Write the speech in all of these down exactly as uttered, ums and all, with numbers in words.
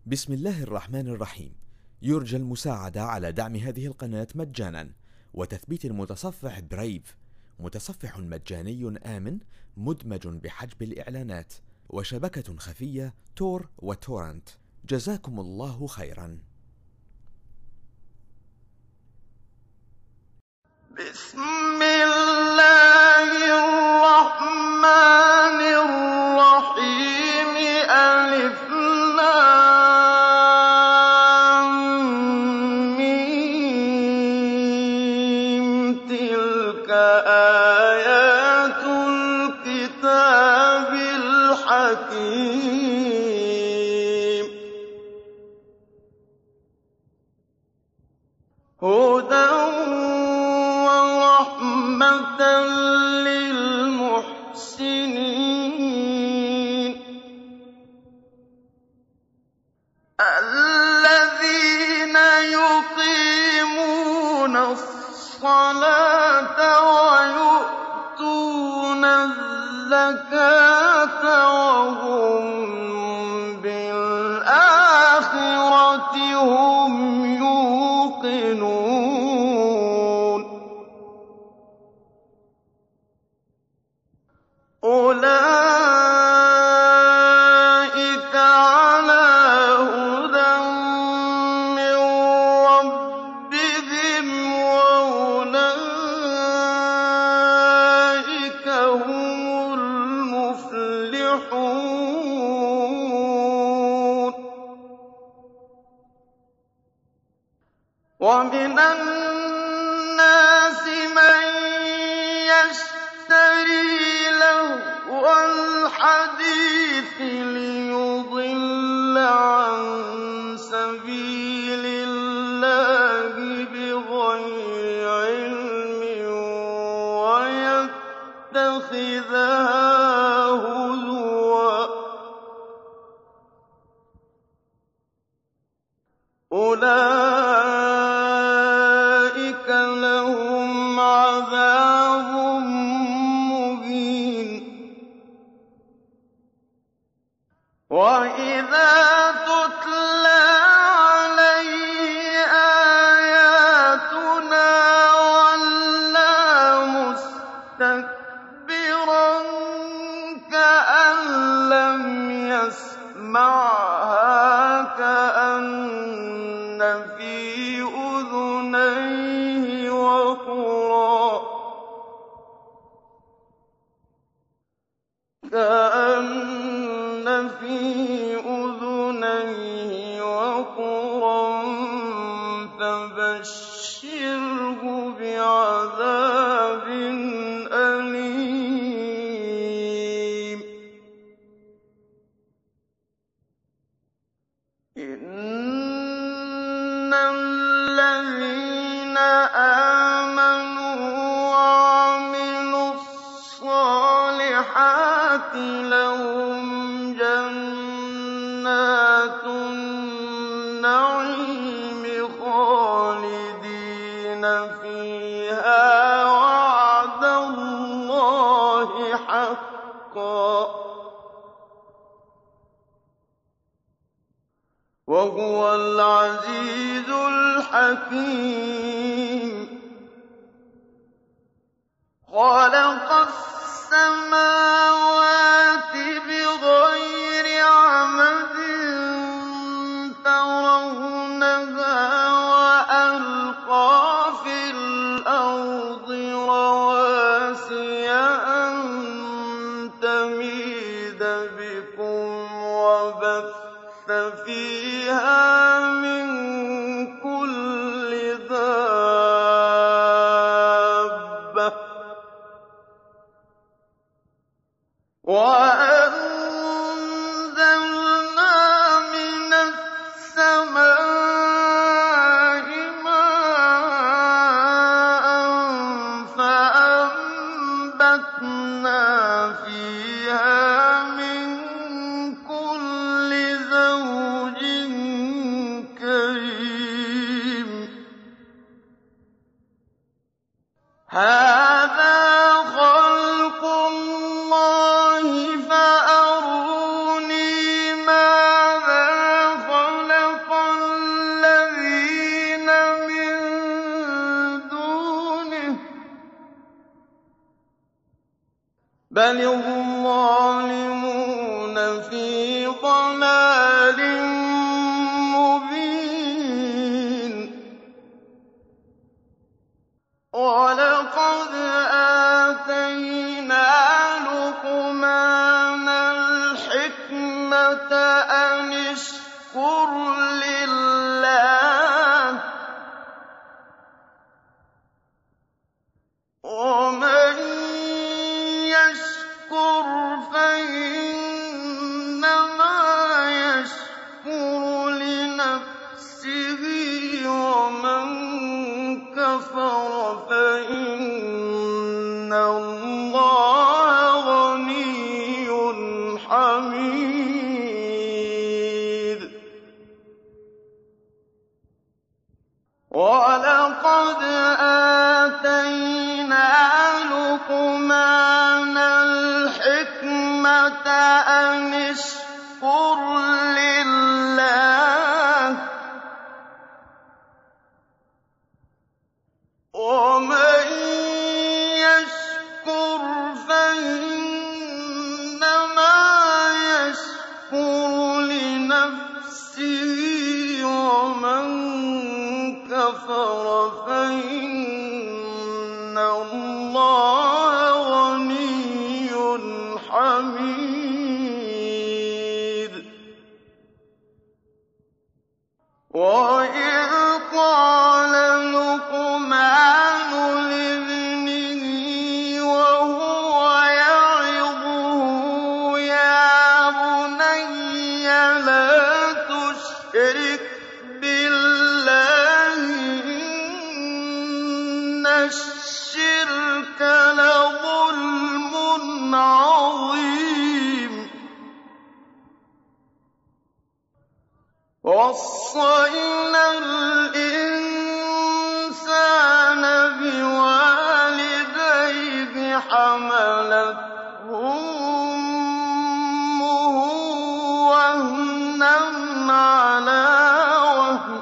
بسم الله الرحمن الرحيم. يرجى المساعدة على دعم هذه القناة مجانا وتثبيت المتصفح برايف، متصفح مجاني آمن مدمج بحجب الإعلانات وشبكة خفية تور وتورنت. جزاكم الله خيرا. بسم الله الرحمن الرحيم. ألف لام ميم. تلك آيات الكتاب الحكيم. هدى ورحمة للمحسنين الذين يقيمون الصلاة ويؤتون الزكاة وهم بالآخرة هم يوقنون. أولئك على هدى من ربهم وأولئك هم المفلحون. ومن الناس من يشتري لهو الحديث ليضل عن سبيل الله بغير علم ويتخذها هزوا. أولئك لهم عذاب مهين. وإذا تتلى عليه آياتنا ولى مستكبرا كأن لم يسمعها كأن في أذنيه وقرا كأن في أذنيه وقرا فبشره بعذاب أليم. إن الذين آمنوا وعملوا الصالحات لهم جنات النعيم خالدين فيها وعد الله حقا وهو العزيز الحكيم. خلق السماوات بغير عمد ترونها وألقى في الأرض رواسي أن تميد بكم وبث فيها من كل دابة وأنزلنا من السماء ماء فأنبتنا فيها من كل زوج كريم. هذا خلق الله بَلِ الظَّالِمُونَ فِي ضَلَالٍ مُّبِينٍ وَلَقَدْ آتَيْنَا لُقْمَانَ الْحِكْمَةَ أَنِ اشْكُرْ لِلَّهِ ۚ وَمَن يَشْكُرْ فَإِنَّمَا يَشْكُرُ لِنَفْسِهِ ۖ وَمَن كَفَرَ فَإِنَّ اللَّهَ غَنِيٌّ حَمِيدٌ وَلَقَدْ آتَيْنَا لُقْمَانَ الْحِكْمَةَ أَنِ اشْكُرْ لِلَّهِ ۚ وَمَن يَشْكُرْ فَإِنَّمَا يَشْكُرُ لِنَفْسِهِ ۖ وَمَن كَفَرَ فَإِنَّ اللَّهَ غَنِيٌّ حَمِيدٌ وَإِذْ قَالَ لُقْمَانُ لِابْنِهِ وَهُوَ يَعِظُهُ يَا بُنَيَّ لَا تُشْرِكْ بِاللَّهِ إِنَّ الشِّرْكَ لَظُلْمٌ عَظِيمٌ وَوَصَّيْنَا الْإِنسَانَ بِوَالِدَيْهِ حَمَلَتْهُ أُمُّهُ وَهْنًا عَلَىٰ وَهْنٍ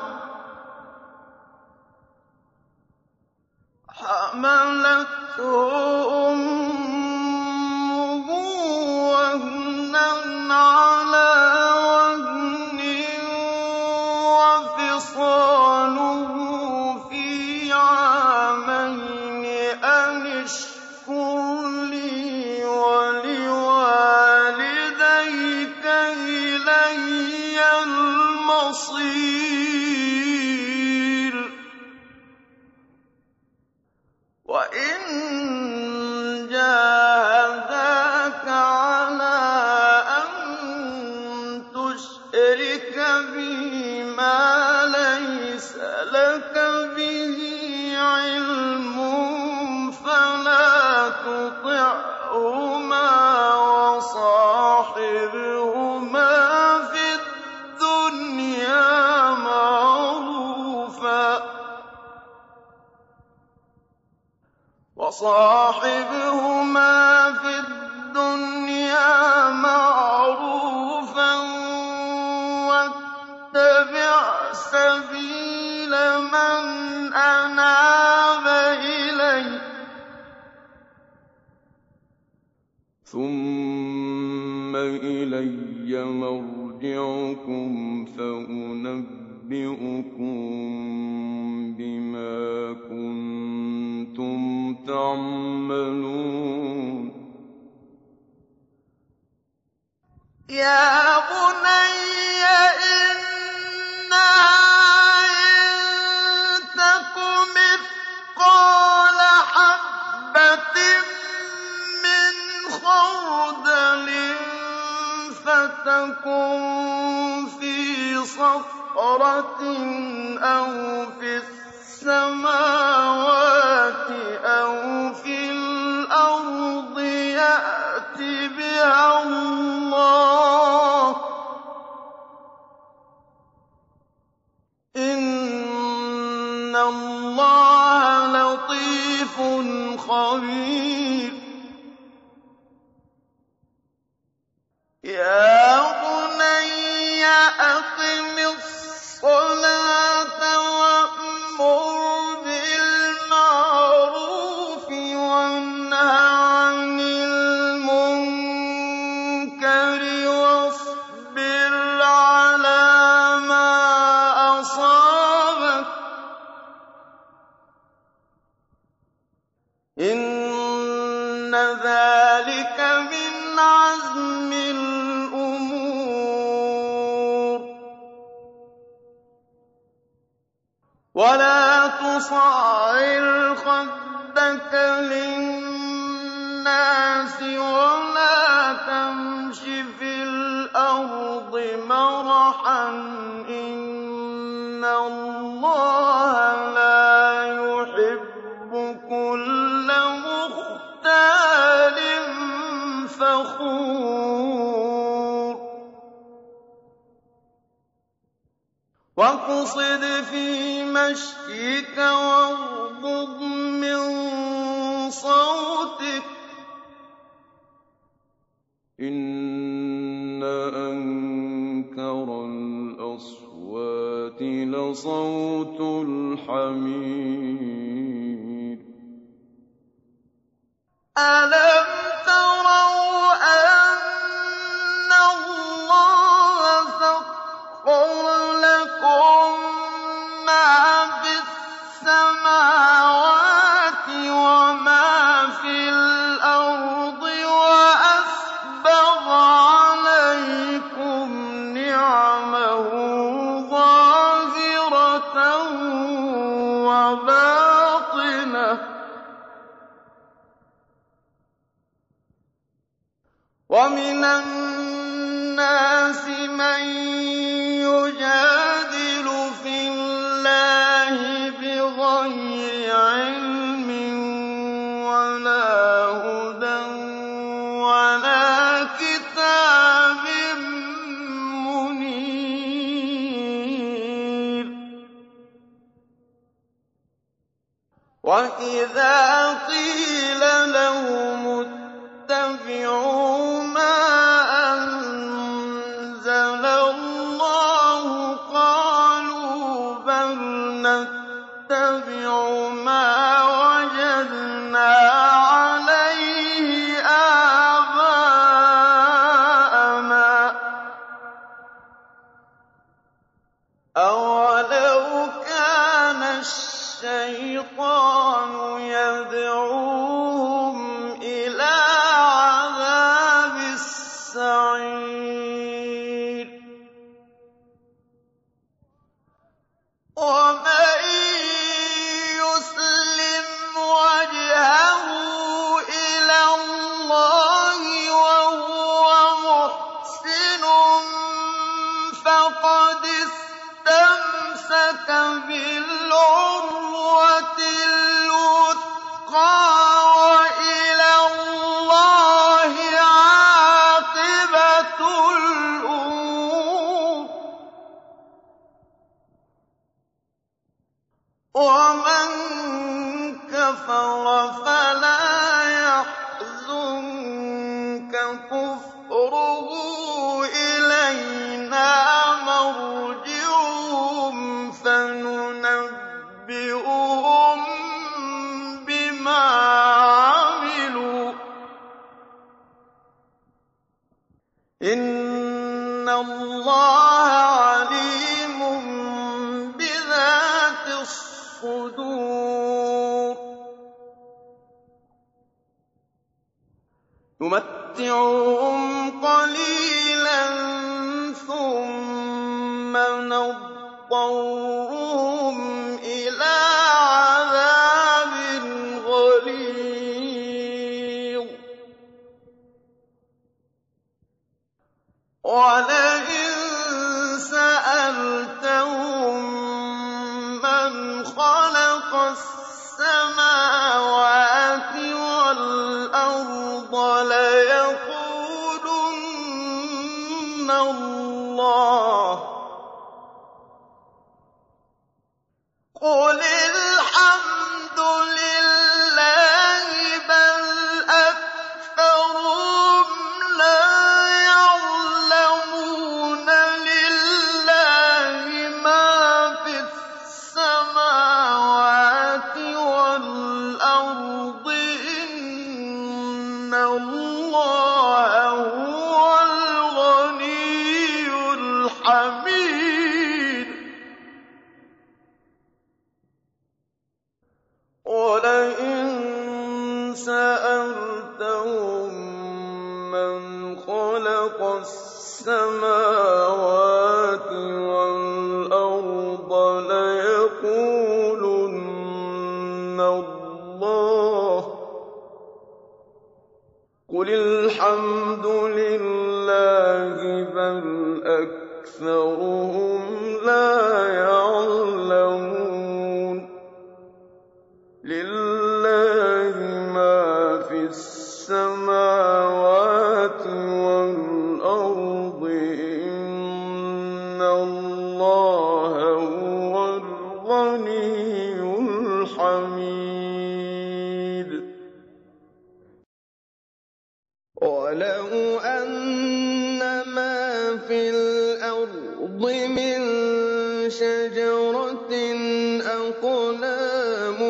حَمَلَتْهُ أُمُّهُ وَهْنًا عَلَىٰ وَهْنٍ وَفِصَالُهُ فِي عَامَيْنِ أَنِ اشْكُرْ لِي وَلِوَالِدَيْكَ إِلَيَّ الْمَصِيرُ وَإِن جَاهَدَاكَ عَلَىٰ أَن تُشْرِكَ بِي مَا لَيْسَ لَكَ بِهِ عِلْمٌ فَلَا تُطِعْهُمَا وَصَاحِبْهُمَا فِي الدُّنْيَا مَعْرُوفًا وَصَاحِبْهُمَا فِي الدُّنْيَا مَعْرُوفًا وَاتَّبِعْ سَبِيلَ مَنْ أَنَابَ إِلَيَّ ۚ ثُمَّ إِلَيَّ مَرْجِعُكُمْ فَأُنَبِّئُكُم بِمَا كُنتُمْ تَعْمَلُونَ يَا بُنَيَّ إِنَّهَا إِن تَكُ مِثْقَالَ حَبَّةٍ مِّنْ خَرْدَلٍ فَتَكُن فِي صَخْرَةٍ أَوْ فِي السَّمَاوَاتِ أَوْ فِي الْأَرْضِ يَأْتِ بِهَا اللَّهُ ۚ إِنَّ اللَّهَ لَطِيفٌ خَبِيرٌ يَا بُنَيَّ أَقِمِ الصَّلَاةَ وَأْمُرْ بِالْمَعْرُوفِ وَانْهَ عَنِ الْمُنكَرِ ولا تصعر خدك للناس ولا تمش في الأرض مرحا إن الله لا يحب كل مختال فخور واقصد في مشيك واغضض من صوتك إن أنكر الأصوات لصوت الحمير ألم تروا أن الله سخر لكم ما في السماوات وما في الأرض وأسبغ عليكم نعمه ظاهرة وباطنة ومن الناس من يجادل في الله بغير علم ولا هدى ولا كتاب منير وإذا قيل لهم اتبعوا ما أنزل الله قالوا بل نتبع ما وجدنا عليه آباءنا أولو كان الشيطان يدعوهم إلى عذاب السعير ومن يسلم وجهه إلى الله وهو محسن فقد استمسك بالعروة الوثقى وإلى الله عاقبة الأمور ومن كفر فلا يحزنك كفره إلينا مرجعهم فننبئهم بما عملوا إن الله عليم بذات الصدور نمتعهم قليلا ثم نضطرهم إلى عذاب غليظ ولئن سألتهم من خلق السماوات والأرض ليقولن الله قل الحمد لله بل أكثرهم لا يعلمون لله ما في السماوات والأرض إن الله هو الغني الحميد ولئن سألتهم من خلق السماوات والأرض ليقولن من شجرة أقلام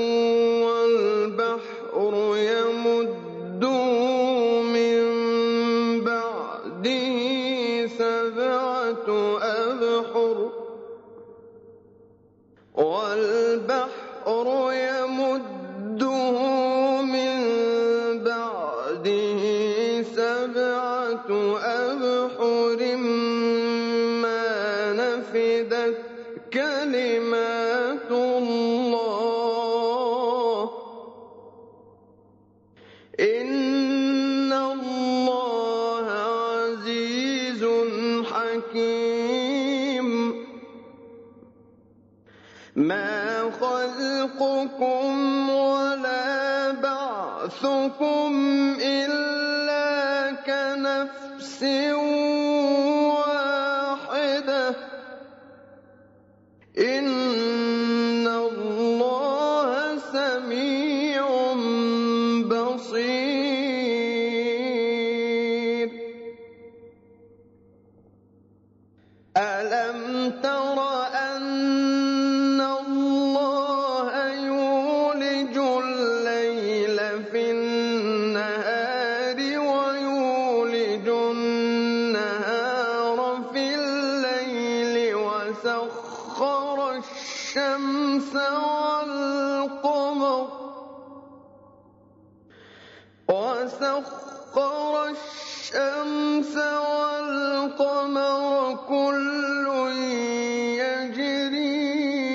والبحر يمده من بعده سبعة أبحر والبحر يمده من بعده سبعة أبحر ما نفدت كلمات الله إن الله عزيز حكيم ما خلقكم ولا بعثكم إلا كنفس واحدة إن الله سميع بصير ألم تر أن الله يولج الليل في النهار ويولج النهار في الليل وسخر الشمس والقمر وسخر الشمس والقمر كل يجري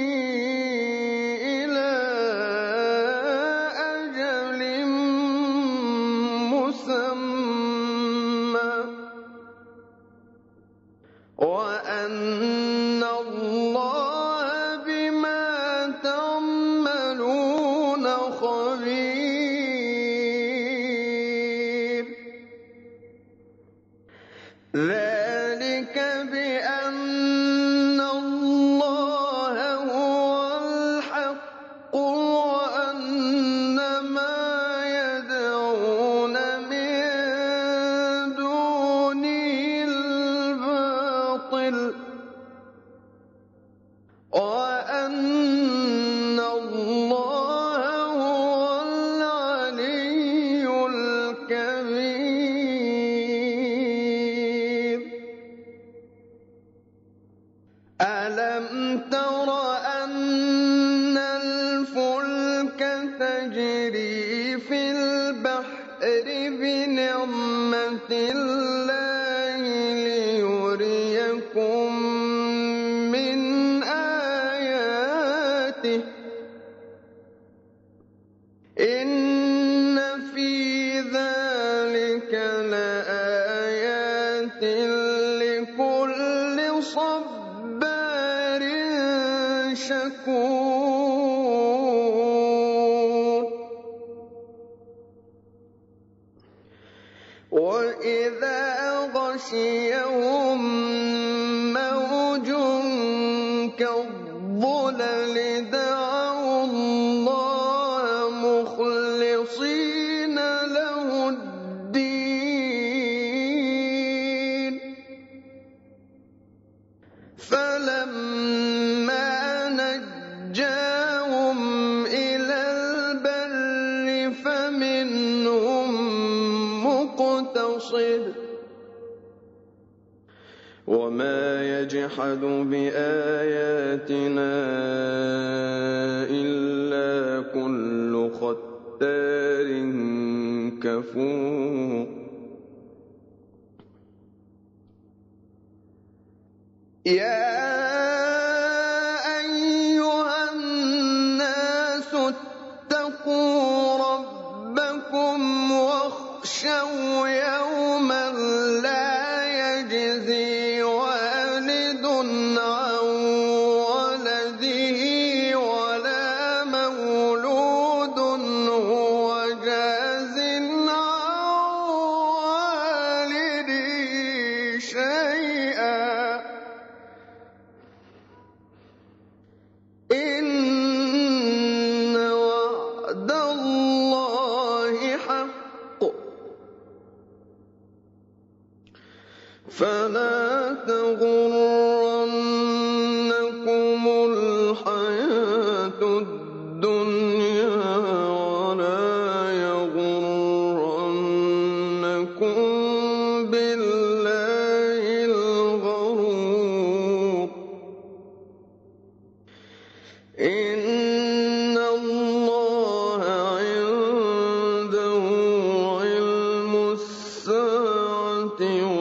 إلى أجل مسمى وأن الله بما تعملون خبير ذلك بأن الله هو الحق وأن ما يدعون من دونه الباطل وأن الله هو العلي الكبير ألم تر أن الفلك تجري في البحر بنعمة الله ليريكم من آياته إن في ذلك لآيات لكل صبار شكور وإذا غشيهم موج كالظلل دعوا الله مخلصين له الدين فلما نجاهم إلى البر فمنهم مقتصد وما يجحد بآياتنا إلا كل ختار كفور يا أيها الناس اتقوا ربكم واخشوا يوما لا يجزي والد عن ولده ولا مولود هو جاز عن والده شيئا إن الله عنده علم الساعة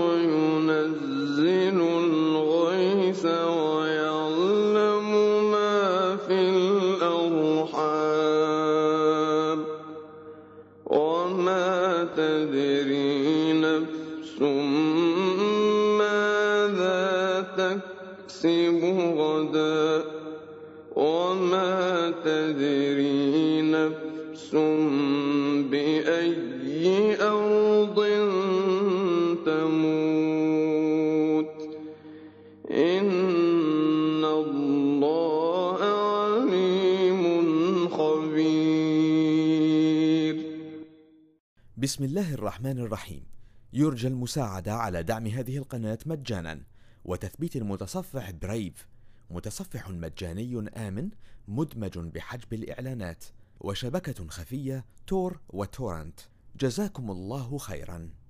وينزل الغيث ويعلم ما في الأرحام وما تدري نفس ماذا تكسب غدا وما تدري نفس بأي أرض تموت إن الله عليم خبير. بسم الله الرحمن الرحيم. يرجى المساعدة على دعم هذه القناة مجانا وتثبيت المتصفح برايف، متصفح مجاني آمن مدمج بحجب الإعلانات، وشبكة خفية تور وتورنت. جزاكم الله خيرا.